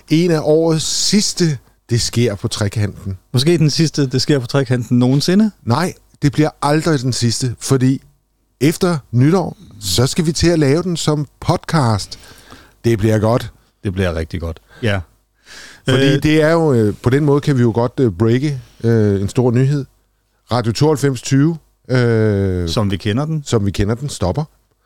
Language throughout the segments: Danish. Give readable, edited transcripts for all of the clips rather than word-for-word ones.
en af årets sidste, det sker på trekanten. Måske den sidste, det sker på trekanten nogensinde? Nej, det bliver aldrig den sidste, fordi efter nytår, så skal vi til at lave den som podcast. Det bliver godt. Det bliver rigtig godt, ja. Fordi det er jo, på den måde kan vi jo godt breake en stor nyhed. Radio 9220, som vi kender den, stopper.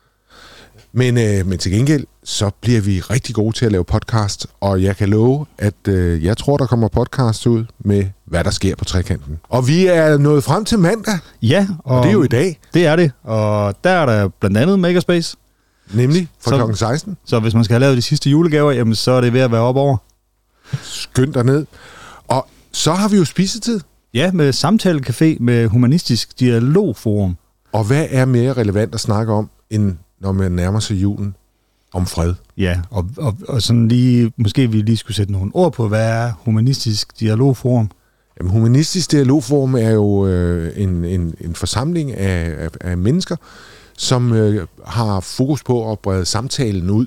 Men til gengæld, så bliver vi rigtig gode til at lave podcast, og jeg kan love, at jeg tror, der kommer podcasts ud med, hvad der sker på trekanten. Og vi er nået frem til mandag. Ja. Og det er jo i dag. Det er det, og der er der blandt andet Makerspace. Nemlig fra klokken 16. Så hvis man skal have lavet de sidste julegaver, jamen så er det ved at være op over. Skynd dig ned. Og så har vi jo spisetid. Ja, med samtalecafé med Humanistisk Dialogforum. Og hvad er mere relevant at snakke om, end når man nærmer sig julen, om fred? Ja, og sådan lige, måske vi lige skulle sætte nogle ord på, hvad er Humanistisk Dialogforum? Jamen, Humanistisk Dialogforum er jo en forsamling af mennesker, som har fokus på at brede samtalen ud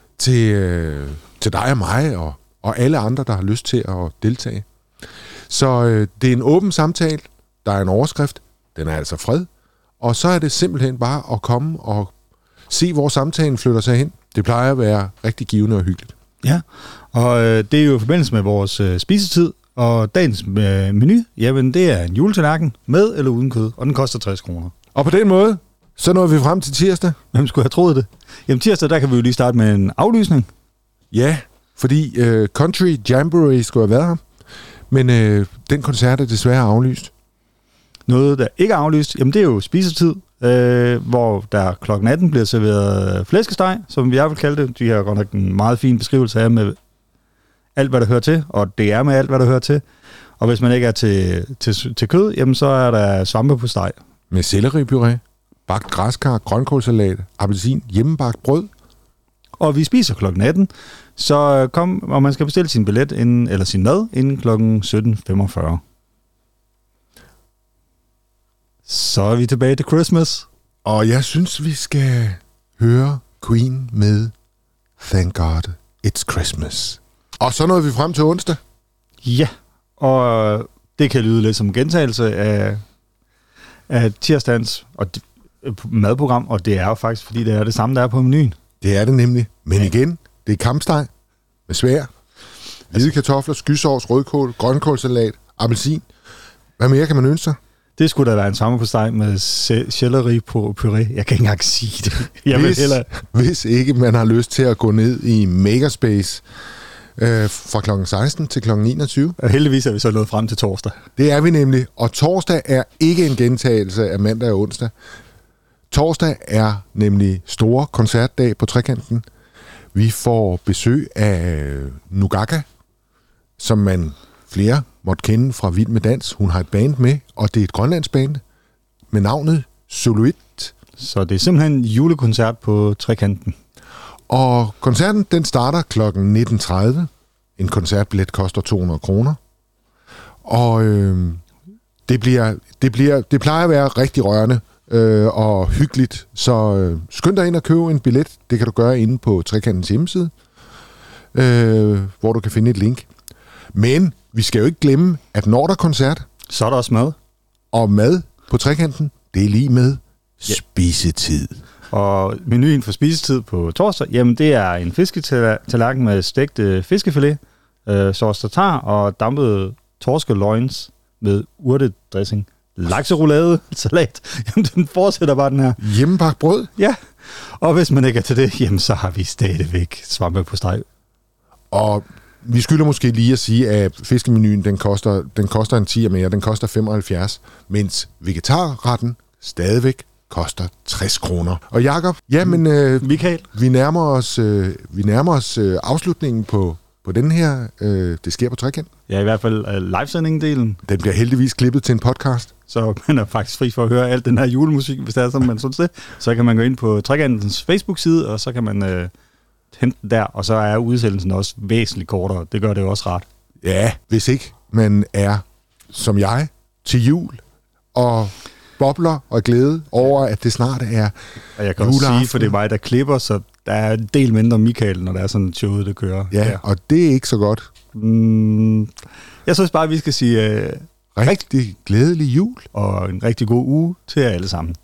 til dig og mig, og alle andre, der har lyst til at deltage. Så det er en åben samtale, der er en overskrift, den er altså fred, og så er det simpelthen bare at komme og se, hvor samtalen flytter sig hen. Det plejer at være rigtig givende og hyggeligt. Ja, og det er jo i forbindelse med vores spisetid, og dagens menu, jamen det er en juletallerken med eller uden kød, og den koster 60 kroner. Og på den måde, så når vi frem til tirsdag. Hvem skulle have troet det? Jamen tirsdag, der kan vi jo lige starte med en aflysning. Ja, fordi Country Jamboree skulle have været her, men den koncert er desværre aflyst. Noget, der ikke er aflyst, jamen det er jo spisetid, hvor der klokken 18 bliver serveret flæskesteg, som jeg vil kalde det. De har godt nok en meget fin beskrivelse af med alt, hvad der hører til, og det er med alt, hvad der hører til. Og hvis man ikke er til kød, jamen så er der svampe på steg. Med selleripuré, bagt græskar, grønkålsalat, appelsin, hjemmebagt brød. Og vi spiser klokken 18, så kom, og man skal bestille sin billet eller sin mad inden klokken 17.45. Så er vi tilbage til Christmas. Og jeg synes, vi skal høre Queen med Thank God It's Christmas. Og så nåede vi frem til onsdag. Ja, og det kan lyde lidt som en gentagelse af tirsdagens madprogram, og det er jo faktisk, fordi det er det samme, der er på menuen. Det er det nemlig. Men igen, det er kampsteg med svær, hvide kartofler, skysovs, rødkål, grønkålsalat, appelsin. Hvad mere kan man ønske sig? Det skulle da være en sammenpostej med selleri på puré. Jeg kan ikke engang sige det. Hvis ikke man har lyst til at gå ned i Makerspace fra kl. 16 til kl. 21. Og heldigvis er vi så nået frem til torsdag. Det er vi nemlig. Og torsdag er ikke en gentagelse af mandag og onsdag. Torsdag er nemlig store koncertdag på trekanten. Vi får besøg af Nugaka, som man flere måtte kende fra Vild med Dans. Hun har et band med, og det er et grønlandsk band med navnet Soloit. Så det er simpelthen en julekoncert på trekanten. Og koncerten, den starter kl. 19.30. En koncertbillet koster 200 kroner. Og det plejer at være rigtig rørende og hyggeligt. Så skynd dig ind og købe en billet. Det kan du gøre inde på Trekantens hjemmeside, hvor du kan finde et link. Men vi skal jo ikke glemme, at når der er koncert, så er der også mad. Og mad på trekanten, det er lige med spisetid. Og menuen for spisetid på torsdag, jamen det er en fisketallerken med stegt fiskefilet, sauce tartar og dampet torskeløgns med urtedressing. Lakseroulade, salat. Jamen den fortsætter bare den her. Hjemmebagt brød? Ja. Og hvis man ikke er til det, jamen så har vi stadigvæk svampe på steg. Og vi skylder måske lige at sige, at fiskemenuen, den koster en 10 mere, den koster 75, mens vegetarretten stadigvæk koster 60 kroner. Og Jakob, Michael, vi nærmer os afslutningen på den her, det sker på trekant. Ja, i hvert fald livesending-delen. Den bliver heldigvis klippet til en podcast. Så man er faktisk fri for at høre alt den her julemusik, hvis det er sådan, man synes det. Så kan man gå ind på Trekantens Facebook-side, og så kan man hente den der, og så er udsendelsen også væsentligt kortere. Det gør det jo også ret. Ja, hvis ikke man er, som jeg, til jul, og bobler og glæde over, at det snart er og jeg kan også sige, for det er mig, der klipper, så der er en del mindre Michael, når der er sådan et show, der kører. Ja, og det er ikke så godt. Jeg synes bare, vi skal sige rigtig glædelig jul. og en rigtig god uge til jer alle sammen.